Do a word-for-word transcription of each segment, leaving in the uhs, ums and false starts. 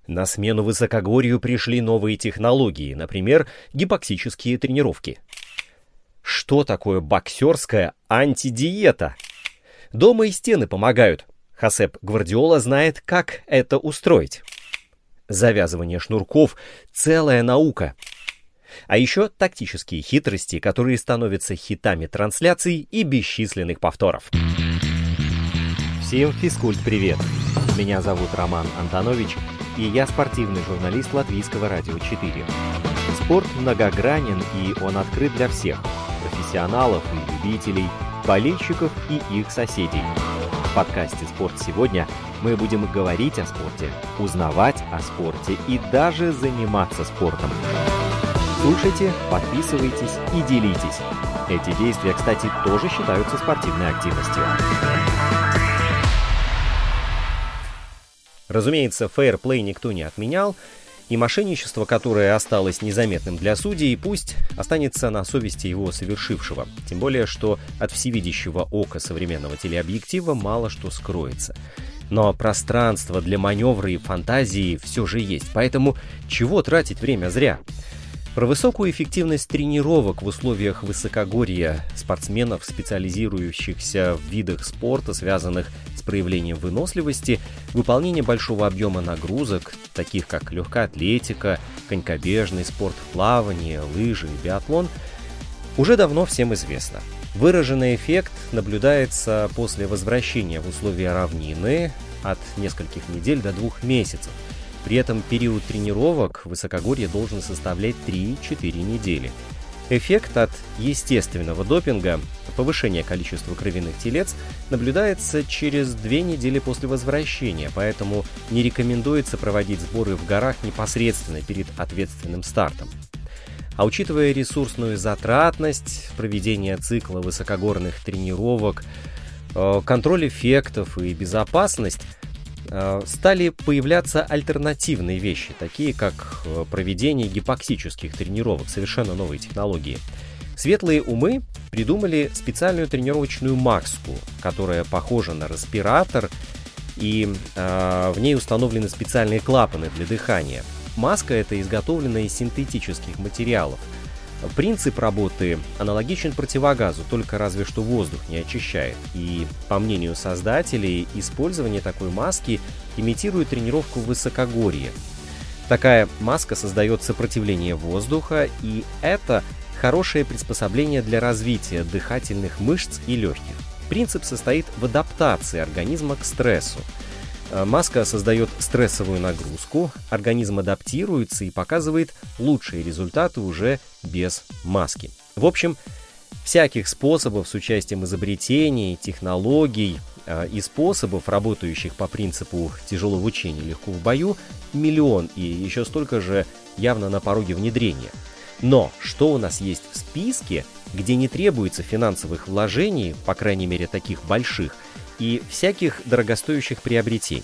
На смену высокогорью пришли новые технологии, например, гипоксические тренировки. Что такое боксерская антидиета? Дома и стены помогают. Хосеп Гвардиола знает, как это устроить. Завязывание шнурков – целая наука. А еще тактические хитрости, которые становятся хитами трансляций и бесчисленных повторов. Всем физкульт-привет! Меня зовут Роман Антонович, и я спортивный журналист Латвийского радио четыре. Спорт многогранен, и он открыт для всех – профессионалов и любителей, болельщиков и их соседей. В подкасте «Спорт сегодня» мы будем говорить о спорте, узнавать о спорте и даже заниматься спортом. Слушайте, подписывайтесь и делитесь. Эти действия, кстати, тоже считаются спортивной активностью. Разумеется, фейерплей никто не отменял, и мошенничество, которое осталось незаметным для судей, пусть останется на совести его совершившего. Тем более, что от всевидящего ока современного телеобъектива мало что скроется. Но пространство для маневра и фантазии все же есть, поэтому чего тратить время зря? Про высокую эффективность тренировок в условиях высокогорья спортсменов, специализирующихся в видах спорта, связанных с проявлением выносливости, выполнение большого объема нагрузок, таких как легкая атлетика, конькобежный спорт, плавание, лыжи и биатлон, уже давно всем известно. Выраженный эффект наблюдается после возвращения в условия равнины от нескольких недель до двух месяцев. При этом период тренировок в высокогорье должен составлять три-четыре недели. Эффект от естественного допинга, повышение количества кровяных телец, наблюдается через две недели после возвращения, поэтому не рекомендуется проводить сборы в горах непосредственно перед ответственным стартом. А учитывая ресурсную затратность проведения цикла высокогорных тренировок, контроль эффектов и безопасность, стали появляться альтернативные вещи, такие как проведение гипоксических тренировок, совершенно новые технологии. Светлые умы придумали специальную тренировочную маску, которая похожа на респиратор, и э, в ней установлены специальные клапаны для дыхания. Маска эта изготовлена из синтетических материалов. Принцип работы аналогичен противогазу, только разве что воздух не очищает. И, по мнению создателей, использование такой маски имитирует тренировку в высокогорье. Такая маска создает сопротивление воздуха, и это хорошее приспособление для развития дыхательных мышц и легких. Принцип состоит в адаптации организма к стрессу. Маска создает стрессовую нагрузку, организм адаптируется и показывает лучшие результаты уже без маски. В общем, всяких способов с участием изобретений, технологий э, и способов, работающих по принципу «тяжело в учении, легко в бою», миллион и еще столько же явно на пороге внедрения. Но что у нас есть в списке, где не требуется финансовых вложений, по крайней мере таких больших, и всяких дорогостоящих приобретений?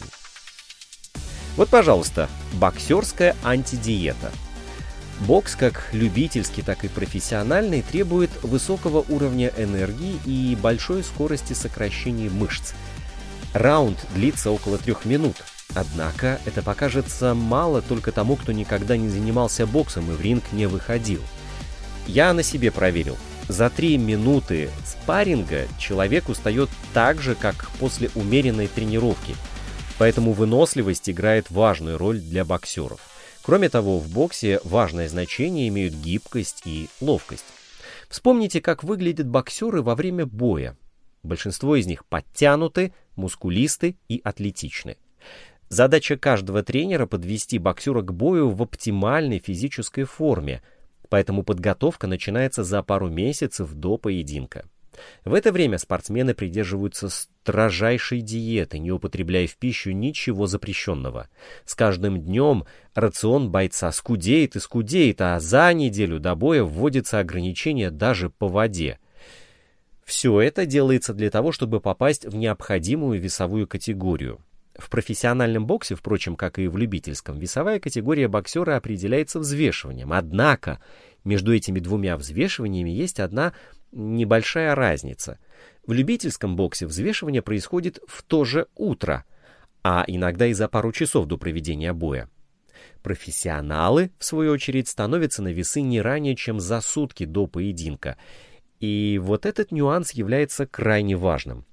Вот, пожалуйста, боксерская антидиета. Бокс, как любительский, так и профессиональный, требует высокого уровня энергии и большой скорости сокращения мышц. Раунд длится около трех минут. Однако это покажется мало только тому, кто никогда не занимался боксом и в ринг не выходил. Я на себе проверил. За три минуты спарринга человек устает так же, как после умеренной тренировки. Поэтому выносливость играет важную роль для боксеров. Кроме того, в боксе важное значение имеют гибкость и ловкость. Вспомните, как выглядят боксеры во время боя. Большинство из них подтянуты, мускулисты и атлетичны. Задача каждого тренера — подвести боксера к бою в оптимальной физической форме, поэтому подготовка начинается за пару месяцев до поединка. В это время спортсмены придерживаются строжайшей диеты, не употребляя в пищу ничего запрещенного. С каждым днем рацион бойца скудеет и скудеет, а за неделю до боя вводится ограничение даже по воде. Все это делается для того, чтобы попасть в необходимую весовую категорию. В профессиональном боксе, впрочем, как и в любительском, весовая категория боксера определяется взвешиванием. Однако между этими двумя взвешиваниями есть одна небольшая разница. В любительском боксе взвешивание происходит в то же утро, а иногда и за пару часов до проведения боя. Профессионалы, в свою очередь, становятся на весы не ранее, чем за сутки до поединка. И вот этот нюанс является крайне важным.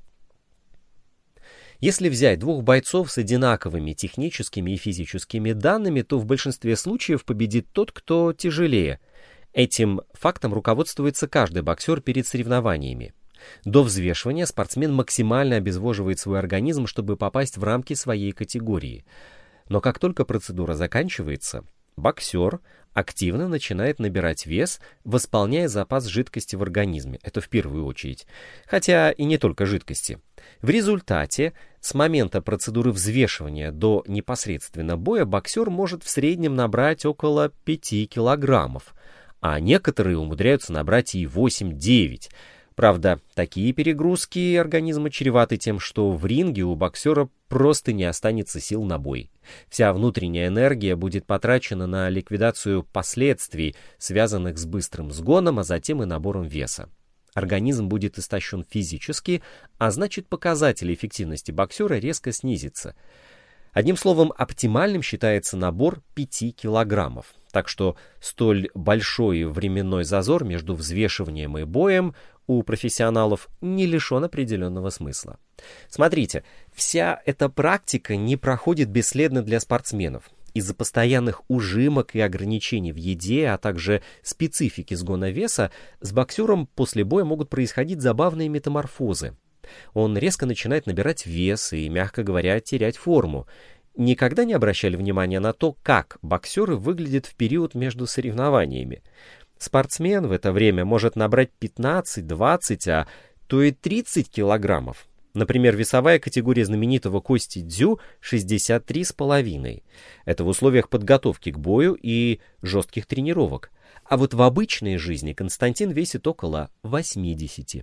Если взять двух бойцов с одинаковыми техническими и физическими данными, то в большинстве случаев победит тот, кто тяжелее. Этим фактом руководствуется каждый боксер перед соревнованиями. До взвешивания спортсмен максимально обезвоживает свой организм, чтобы попасть в рамки своей категории. Но как только процедура заканчивается, боксер активно начинает набирать вес, восполняя запас жидкости в организме. Это в первую очередь. Хотя и не только жидкости. В результате, с момента процедуры взвешивания до непосредственно боя, боксер может в среднем набрать около пяти килограммов, а некоторые умудряются набрать и восемь-девять. Правда, такие перегрузки организма чреваты тем, что в ринге у боксера просто не останется сил на бой. Вся внутренняя энергия будет потрачена на ликвидацию последствий, связанных с быстрым сгоном, а затем и набором веса. Организм будет истощен физически, а значит, показатель эффективности боксера резко снизится. Одним словом, оптимальным считается набор пяти килограммов. Так что столь большой временной зазор между взвешиванием и боем у профессионалов не лишен определенного смысла. Смотрите, вся эта практика не проходит бесследно для спортсменов. Из-за постоянных ужимок и ограничений в еде, а также специфики сгона веса, с боксером после боя могут происходить забавные метаморфозы. Он резко начинает набирать вес и, мягко говоря, терять форму. Никогда не обращали внимания на то, как боксеры выглядят в период между соревнованиями. Спортсмен в это время может набрать пятнадцать-двадцать, а то и тридцать килограммов. Например, весовая категория знаменитого Кости Дзю шестьдесят три с половиной. Это в условиях подготовки к бою и жестких тренировок. А вот в обычной жизни Константин весит около восьмидесяти.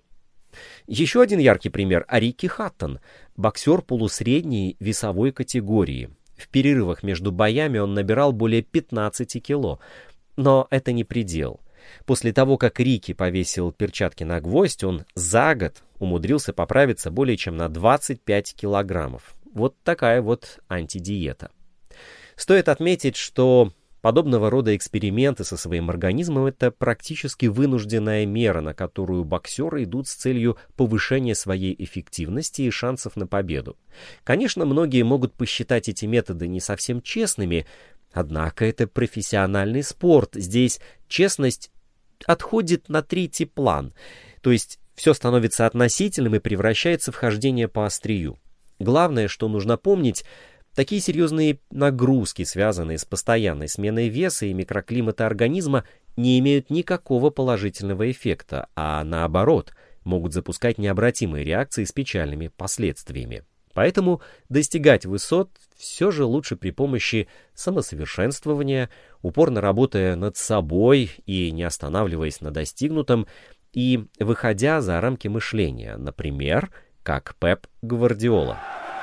Еще один яркий пример – Рики Хаттон, боксер полусредней весовой категории. В перерывах между боями он набирал более пятнадцати кило. Но это не предел. После того, как Рики повесил перчатки на гвоздь, он за год умудрился поправиться более чем на двадцать пять килограммов. Вот такая вот антидиета. Стоит отметить, что подобного рода эксперименты со своим организмом – это практически вынужденная мера, на которую боксеры идут с целью повышения своей эффективности и шансов на победу. Конечно, многие могут посчитать эти методы не совсем честными, однако это профессиональный спорт. Здесь честность отходит на третий план, то есть все становится относительным и превращается в хождение по острию. Главное, что нужно помнить, такие серьезные нагрузки, связанные с постоянной сменой веса и микроклимата организма, не имеют никакого положительного эффекта, а наоборот, могут запускать необратимые реакции с печальными последствиями. Поэтому достигать высот все же лучше при помощи самосовершенствования, упорно работая над собой и не останавливаясь на достигнутом, и выходя за рамки мышления, например, как Пеп Гвардиола.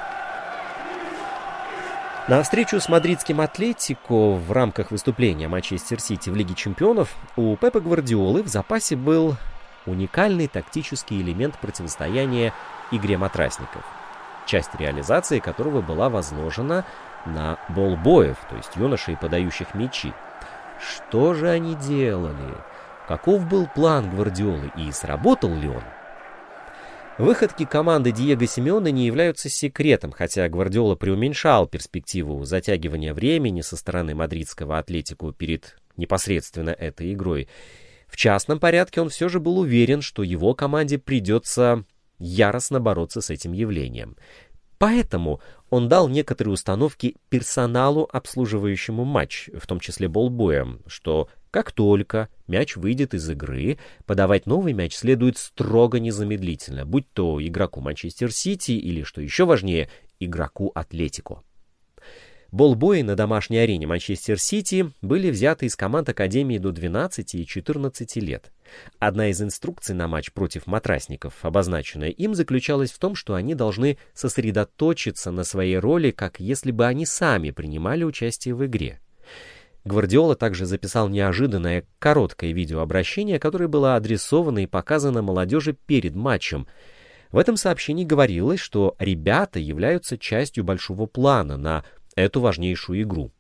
На встречу с мадридским Атлетико в рамках выступления Манчестер Сити в Лиге чемпионов у Пепа Гвардиолы в запасе был уникальный тактический элемент противостояния игре матрасников, часть реализации которого была возложена на болбоев, то есть юношей, подающих мячи. Что же они делали? Каков был план Гвардиолы и сработал ли он? Выходки команды Диего Симеоне не являются секретом, хотя Гвардиола преуменьшал перспективу затягивания времени со стороны мадридского Атлетико перед непосредственно этой игрой. В частном порядке он все же был уверен, что его команде придется яростно бороться с этим явлением. Поэтому он дал некоторые установки персоналу, обслуживающему матч, в том числе болбоям, что как только мяч выйдет из игры, подавать новый мяч следует строго незамедлительно, будь то игроку Манчестер Сити или, что еще важнее, игроку Атлетико. Болбои на домашней арене Манчестер Сити были взяты из команд Академии до двенадцати и четырнадцати лет. Одна из инструкций на матч против матрасников, обозначенная им, заключалась в том, что они должны сосредоточиться на своей роли, как если бы они сами принимали участие в игре. Гвардиола также записал неожиданное короткое видеообращение, которое было адресовано и показано молодежи перед матчем. В этом сообщении говорилось, что ребята являются частью большого плана на эту важнейшую игру.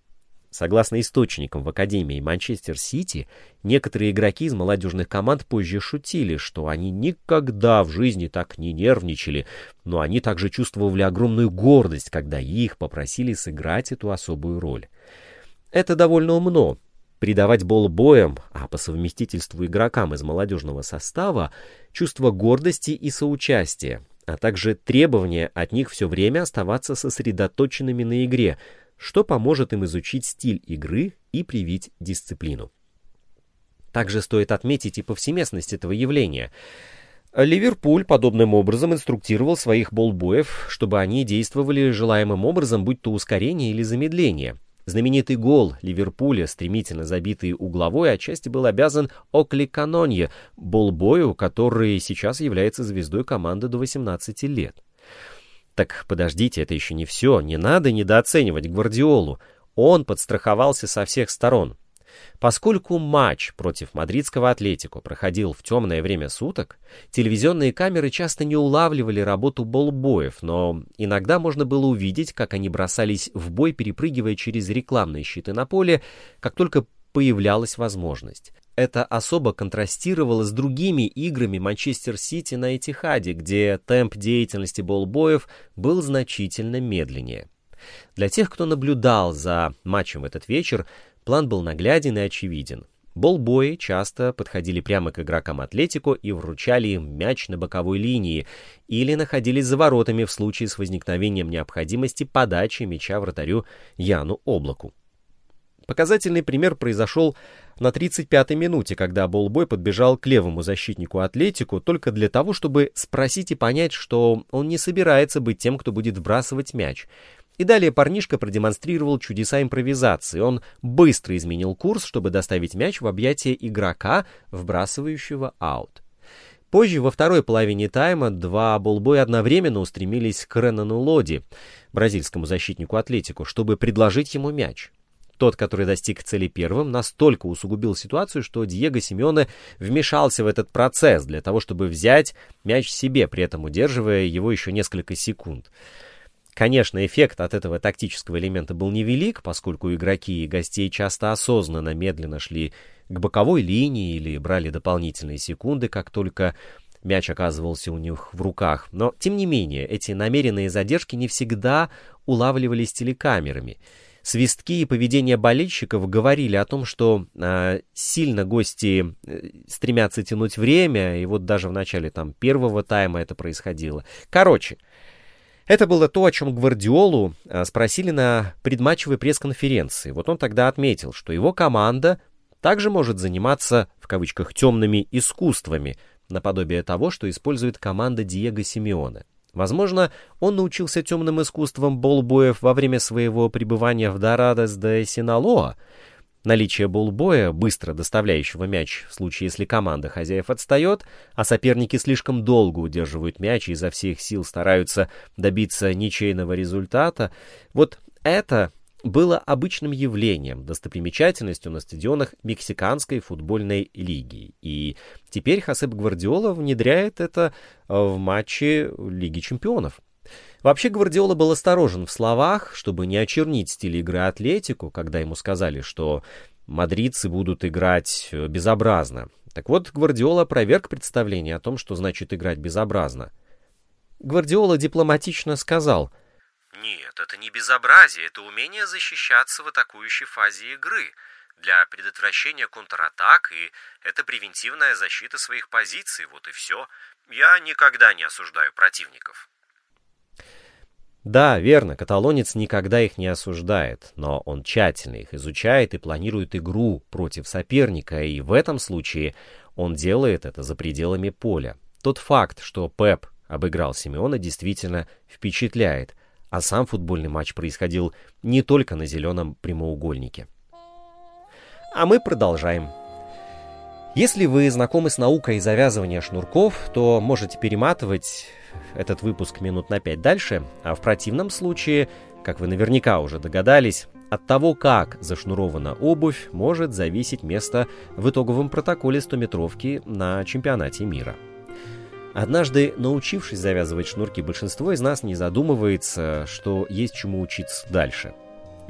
Согласно источникам в Академии Манчестер Сити, некоторые игроки из молодежных команд позже шутили, что они никогда в жизни так не нервничали, но они также чувствовали огромную гордость, когда их попросили сыграть эту особую роль. Это довольно умно. Придавать болбоям, а по совместительству игрокам из молодежного состава, чувство гордости и соучастия, а также требование от них все время оставаться сосредоточенными на игре, что поможет им изучить стиль игры и привить дисциплину. Также стоит отметить и повсеместность этого явления. Ливерпуль подобным образом инструктировал своих болбоев, чтобы они действовали желаемым образом, будь то ускорение или замедление. Знаменитый гол Ливерпуля, стремительно забитый угловой, отчасти был обязан Окли Канонье, болбою, который сейчас является звездой команды до восемнадцати лет. Так подождите, это еще не все. Не надо недооценивать Гвардиолу. Он подстраховался со всех сторон. Поскольку матч против мадридского Атлетико проходил в темное время суток, телевизионные камеры часто не улавливали работу болбоев, но иногда можно было увидеть, как они бросались в бой, перепрыгивая через рекламные щиты на поле, как только появлялась возможность. Это особо контрастировало с другими играми Манчестер Сити на Этихаде, где темп деятельности болбоев был значительно медленнее. Для тех, кто наблюдал за матчем в этот вечер, план был нагляден и очевиден. Болбои часто подходили прямо к игрокам Атлетико и вручали им мяч на боковой линии или находились за воротами в случае с возникновением необходимости подачи мяча вратарю Яну Облаку. Показательный пример произошел на тридцать пятой минуте, когда болбой подбежал к левому защитнику Атлетико только для того, чтобы спросить и понять, что он не собирается быть тем, кто будет вбрасывать мяч. И далее парнишка продемонстрировал чудеса импровизации. Он быстро изменил курс, чтобы доставить мяч в объятия игрока, вбрасывающего аут. Позже, во второй половине тайма, два болбоя одновременно устремились к Ренану Лоди, бразильскому защитнику Атлетико, чтобы предложить ему мяч. Тот, который достиг цели первым, настолько усугубил ситуацию, что Диего Симеоне вмешался в этот процесс для того, чтобы взять мяч себе, при этом удерживая его еще несколько секунд. Конечно, эффект от этого тактического элемента был невелик, поскольку игроки и гостей часто осознанно медленно шли к боковой линии или брали дополнительные секунды, как только мяч оказывался у них в руках. Но, тем не менее, эти намеренные задержки не всегда улавливались телекамерами. Свистки и поведение болельщиков говорили о том, что э, сильно гости э, стремятся тянуть время, и вот даже в начале там, первого тайма это происходило. Короче, это было то, о чем Гвардиолу э, спросили на предматчевой пресс-конференции. Вот он тогда отметил, что его команда также может заниматься, в кавычках, темными искусствами, наподобие того, что использует команда Диего Симеоне. Возможно, он научился темным искусствам болбоев во время своего пребывания в Дорадос де Синалоа. Наличие болбоя, быстро доставляющего мяч в случае, если команда хозяев отстает, а соперники слишком долго удерживают мяч и изо всех сил стараются добиться ничейного результата, вот это было обычным явлением, достопримечательностью на стадионах Мексиканской футбольной лиги. И теперь Хосеп Гвардиола внедряет это в матчи Лиги чемпионов. Вообще Гвардиола был осторожен в словах, чтобы не очернить стиль игры Атлетико, когда ему сказали, что мадридцы будут играть безобразно. Так вот, Гвардиола опроверг представление о том, что значит играть безобразно. Гвардиола дипломатично сказал: «Нет, это не безобразие, это умение защищаться в атакующей фазе игры для предотвращения контратак, и это превентивная защита своих позиций, вот и все. Я никогда не осуждаю противников». Да, верно, каталонец никогда их не осуждает, но он тщательно их изучает и планирует игру против соперника, и в этом случае он делает это за пределами поля. Тот факт, что Пеп обыграл Симеона, действительно впечатляет, а сам футбольный матч происходил не только на зеленом прямоугольнике. А мы продолжаем. Если вы знакомы с наукой завязывания шнурков, то можете перематывать этот выпуск минут на пять дальше, а в противном случае, как вы наверняка уже догадались, от того, как зашнурована обувь, может зависеть место в итоговом протоколе стометровки на чемпионате мира. Однажды, научившись завязывать шнурки, большинство из нас не задумывается, что есть чему учиться дальше.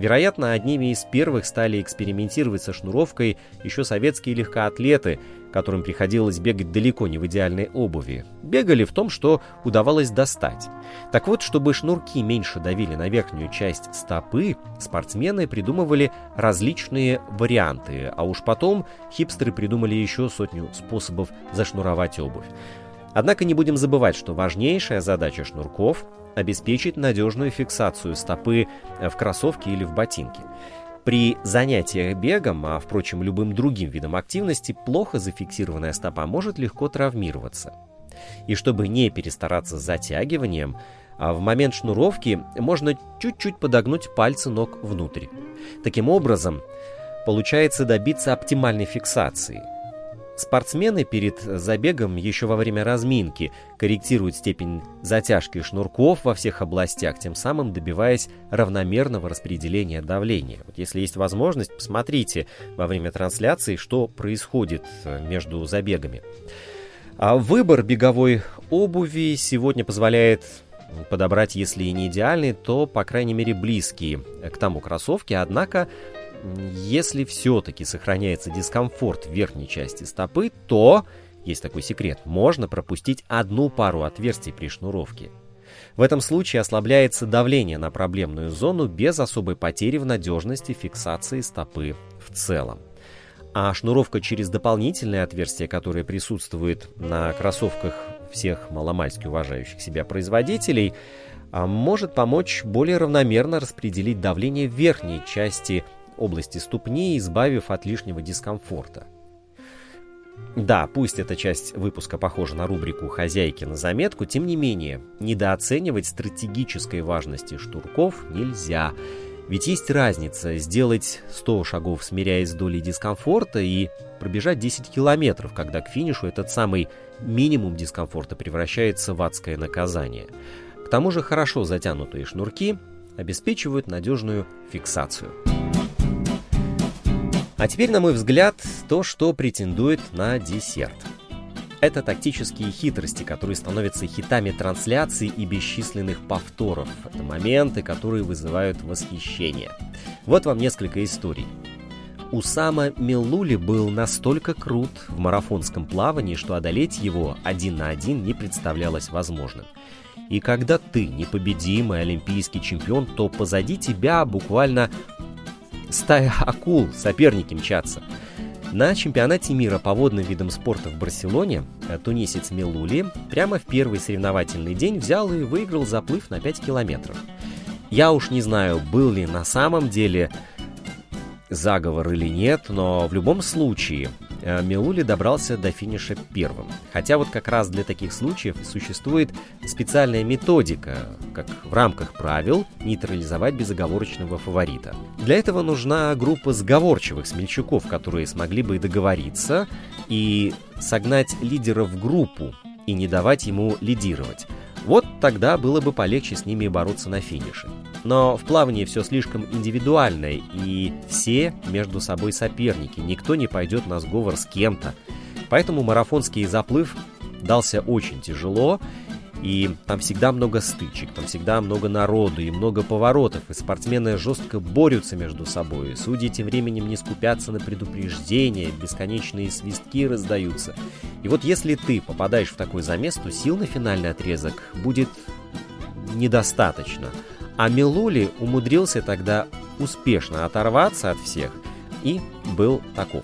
Вероятно, одними из первых стали экспериментировать со шнуровкой еще советские легкоатлеты, которым приходилось бегать далеко не в идеальной обуви. Бегали в том, что удавалось достать. Так вот, чтобы шнурки меньше давили на верхнюю часть стопы, спортсмены придумывали различные варианты, а уж потом хипстеры придумали еще сотню способов зашнуровать обувь. Однако не будем забывать, что важнейшая задача шнурков – обеспечить надежную фиксацию стопы в кроссовке или в ботинке. При занятиях бегом, а, впрочем, любым другим видом активности, плохо зафиксированная стопа может легко травмироваться. И чтобы не перестараться с затягиванием, а в момент шнуровки можно чуть-чуть подогнуть пальцы ног внутрь. Таким образом, получается добиться оптимальной фиксации. Спортсмены перед забегом еще во время разминки корректируют степень затяжки шнурков во всех областях, тем самым добиваясь равномерного распределения давления. Вот если есть возможность, посмотрите во время трансляции, что происходит между забегами. А выбор беговой обуви сегодня позволяет подобрать, если и не идеальный, то, по крайней мере, близкие к тому кроссовки, однако если все-таки сохраняется дискомфорт в верхней части стопы, то, есть такой секрет, можно пропустить одну пару отверстий при шнуровке. В этом случае ослабляется давление на проблемную зону без особой потери в надежности фиксации стопы в целом. А шнуровка через дополнительные отверстия, которые присутствуют на кроссовках всех маломальски уважающих себя производителей, может помочь более равномерно распределить давление в верхней части области ступни, избавив от лишнего дискомфорта. Да, пусть эта часть выпуска похожа на рубрику «Хозяйки на заметку», тем не менее, недооценивать стратегической важности шнурков нельзя. Ведь есть разница сделать сто шагов, смиряясь с долей дискомфорта, и пробежать десять километров, когда к финишу этот самый минимум дискомфорта превращается в адское наказание. К тому же хорошо затянутые шнурки обеспечивают надежную фиксацию. А теперь, на мой взгляд, то, что претендует на десерт. Это тактические хитрости, которые становятся хитами трансляций и бесчисленных повторов. Это моменты, которые вызывают восхищение. Вот вам несколько историй. Усама Меллули был настолько крут в марафонском плавании, что одолеть его один на один не представлялось возможным. И когда ты непобедимый олимпийский чемпион, то позади тебя буквально стая акул, соперники мчатся. На чемпионате мира по водным видам спорта в Барселоне тунисец Меллули прямо в первый соревновательный день взял и выиграл заплыв на пять километров. Я уж не знаю, был ли на самом деле заговор или нет, но в любом случае Меллули добрался до финиша первым. Хотя вот как раз для таких случаев существует специальная методика, как в рамках правил нейтрализовать безоговорочного фаворита. Для этого нужна группа сговорчивых смельчаков, которые смогли бы договориться и согнать лидера в группу и не давать ему лидировать. Вот тогда было бы полегче с ними бороться на финише. Но в плавании все слишком индивидуально, и все между собой соперники, никто не пойдет на сговор с кем-то. Поэтому марафонский заплыв дался очень тяжело, и там всегда много стычек, там всегда много народу и много поворотов, и спортсмены жестко борются между собой. Судьи тем временем не скупятся на предупреждения, бесконечные свистки раздаются. И вот если ты попадаешь в такой замес, то сил на финальный отрезок будет недостаточно. А Меллули умудрился тогда успешно оторваться от всех и был таков.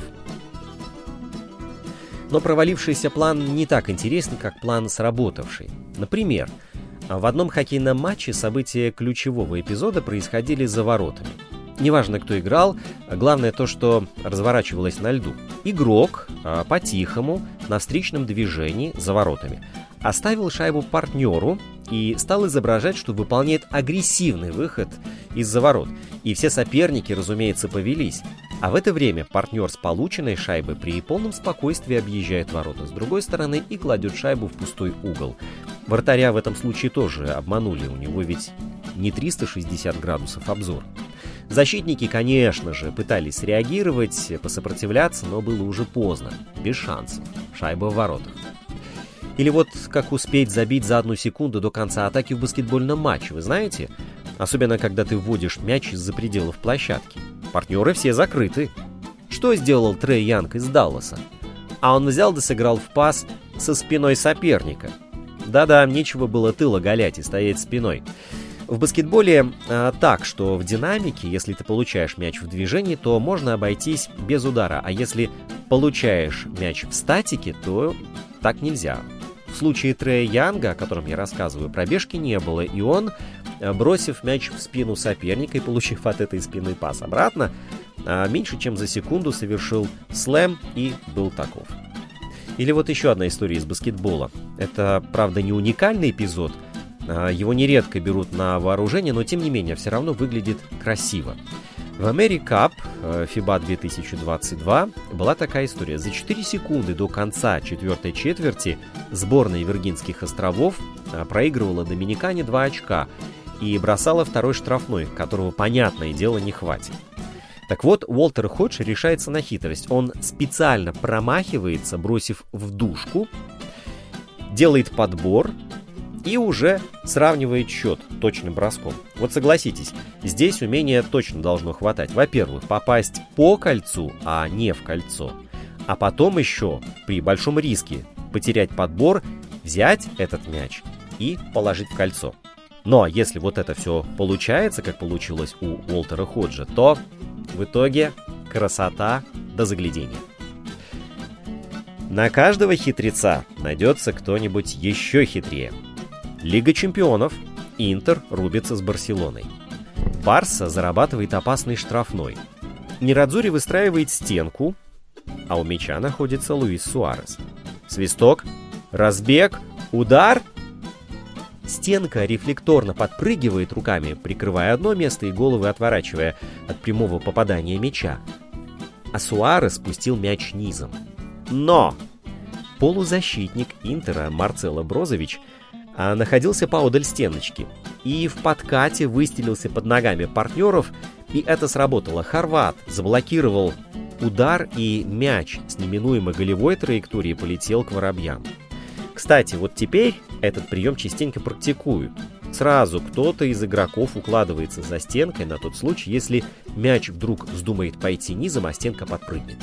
Но провалившийся план не так интересен, как план сработавший. Например, в одном хоккейном матче события ключевого эпизода происходили за воротами. Неважно, кто играл, главное то, что разворачивалось на льду. Игрок по-тихому, на встречном движении за воротами, оставил шайбу партнеру и стал изображать, что выполняет агрессивный выход из-за ворот. И все соперники, разумеется, повелись. А в это время партнер с полученной шайбой при полном спокойствии объезжает ворота с другой стороны и кладет шайбу в пустой угол. Вратаря в этом случае тоже обманули, у него ведь не триста шестьдесят градусов обзор. Защитники, конечно же, пытались реагировать, посопротивляться, но было уже поздно, без шансов. Шайба в воротах. Или вот как успеть забить за одну секунду до конца атаки в баскетбольном матче, вы знаете? особенно когда ты вводишь мяч из-за пределов площадки. Партнеры все закрыты. Что сделал Трей Янг из Далласа? А он взял да сыграл в пас со спиной соперника. Да-да, нечего было тыл оголять и стоять спиной. В баскетболе а, так, что в динамике, если ты получаешь мяч в движении, то можно обойтись без удара. А если получаешь мяч в статике, то так нельзя. В случае Трея Янга, о котором я рассказываю, пробежки не было, и он, бросив мяч в спину соперника и получив от этой спины пас обратно, меньше чем за секунду совершил слэм и был таков. Или вот еще одна история из баскетбола. Это, правда, не уникальный эпизод, его нередко берут на вооружение, но тем не менее все равно выглядит красиво. В AmeriCup фиба две тысячи двадцать два была такая история. За четыре секунды до конца четвертой четверти сборная Виргинских островов проигрывала Доминикане два очка и бросала второй штрафной, которого, понятное дело, не хватит. Так вот, Уолтер Ходж решается на хитрость. Он специально промахивается, бросив в дужку, делает подбор и уже сравнивает счет точным броском. Вот согласитесь, здесь умения точно должно хватать. Во-первых, попасть по кольцу, а не в кольцо. А потом еще, при большом риске, потерять подбор, взять этот мяч и положить в кольцо. Но если вот это все получается, как получилось у Уолтера Ходжа, то в итоге красота до заглядения. На каждого хитреца найдется кто-нибудь еще хитрее. Лига чемпионов. Интер рубится с Барселоной. Барса зарабатывает опасный штрафной. Нерадзури выстраивает стенку, а у мяча находится Луис Суарес. Свисток, разбег, удар. Стенка рефлекторно подпрыгивает руками, прикрывая одно место и головы отворачивая от прямого попадания мяча. А Суарес спустил мяч низом. Но полузащитник Интера Марцело Брозович а находился поодаль стеночки и в подкате выстелился под ногами партнеров, и это сработало. Хорват заблокировал удар, и мяч с неминуемо голевой траекторией полетел к воробьям. Кстати, вот теперь этот прием частенько практикуют. Сразу кто-то из игроков укладывается за стенкой на тот случай, если мяч вдруг вздумает пойти низом, а стенка подпрыгнет.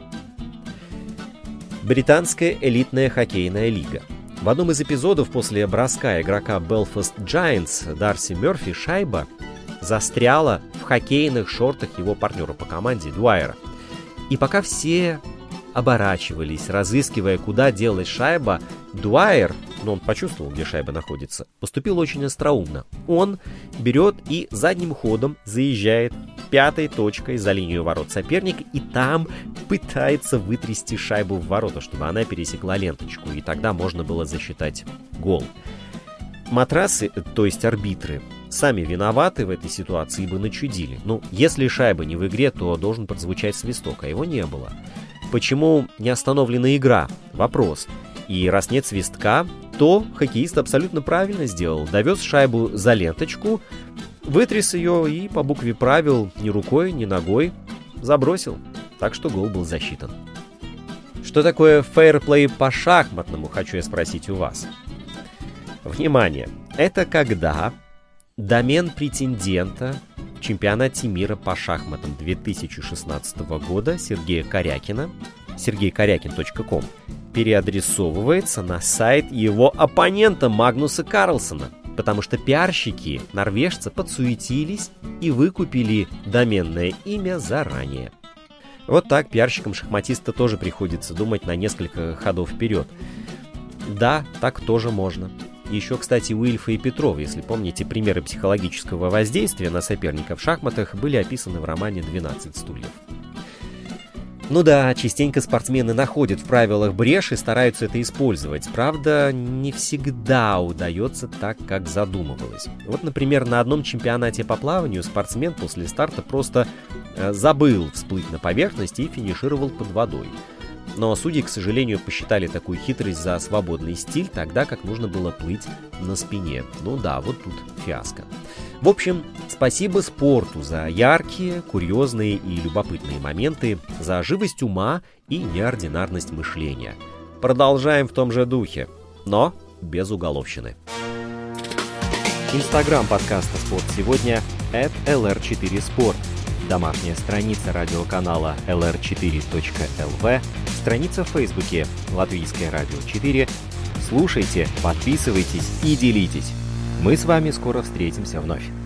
Британская элитная хоккейная лига. В одном из эпизодов после броска игрока Belfast Giants Дарси Мерфи шайба застряла в хоккейных шортах его партнера по команде Дуайера. И пока все оборачивались, разыскивая, куда делась шайба, Дуайер, но он почувствовал, где шайба находится, поступил очень остроумно. Он берет и задним ходом заезжает пятой точкой за линию ворот соперника и там пытается вытрясти шайбу в ворота, чтобы она пересекла ленточку, и тогда можно было засчитать гол. Матрасы, то есть арбитры, сами виноваты в этой ситуации, ибо начудили. Ну, если шайба не в игре, то должен прозвучать свисток, а его не было. Почему не остановлена игра? Вопрос. И раз нет свистка, то хоккеист абсолютно правильно сделал. Довез шайбу за ленточку, вытряс ее и по букве правил ни рукой, ни ногой забросил. Так что гол был засчитан. Что такое фейерплей по шахматному, хочу я спросить у вас. Внимание! Это когда домен претендента в чемпионате мира по шахматам две тысячи шестнадцатого года Сергея Корякина, сергей корякин точка ком, переадресовывается на сайт его оппонента Магнуса Карлсона, потому что пиарщики норвежца подсуетились и выкупили доменное имя заранее. Вот так пиарщикам шахматиста тоже приходится думать на несколько ходов вперед. Да, так тоже можно. Еще, кстати, у Ильфа и Петрова, если помните, примеры психологического воздействия на соперника в шахматах были описаны в романе «двенадцать стульев». Ну да, частенько спортсмены находят в правилах брешь и стараются это использовать. Правда, не всегда удается так, как задумывалось. Вот, например, на одном чемпионате по плаванию спортсмен после старта просто э, забыл всплыть на поверхность и финишировал под водой. Но судьи, к сожалению, посчитали такую хитрость за свободный стиль, тогда как нужно было плыть на спине. Ну да, вот тут фиаско. В общем, спасибо спорту за яркие, курьезные и любопытные моменты, за живость ума и неординарность мышления. Продолжаем в том же духе, но без уголовщины. Инстаграм подкаста «Спорт сегодня» эт эл эр четыре спорт. Домашняя страница радиоканала эл эр четыре точка эл ви, страница в Фейсбуке «Латвийское радио четыре». Слушайте, подписывайтесь и делитесь. Мы с вами скоро встретимся вновь.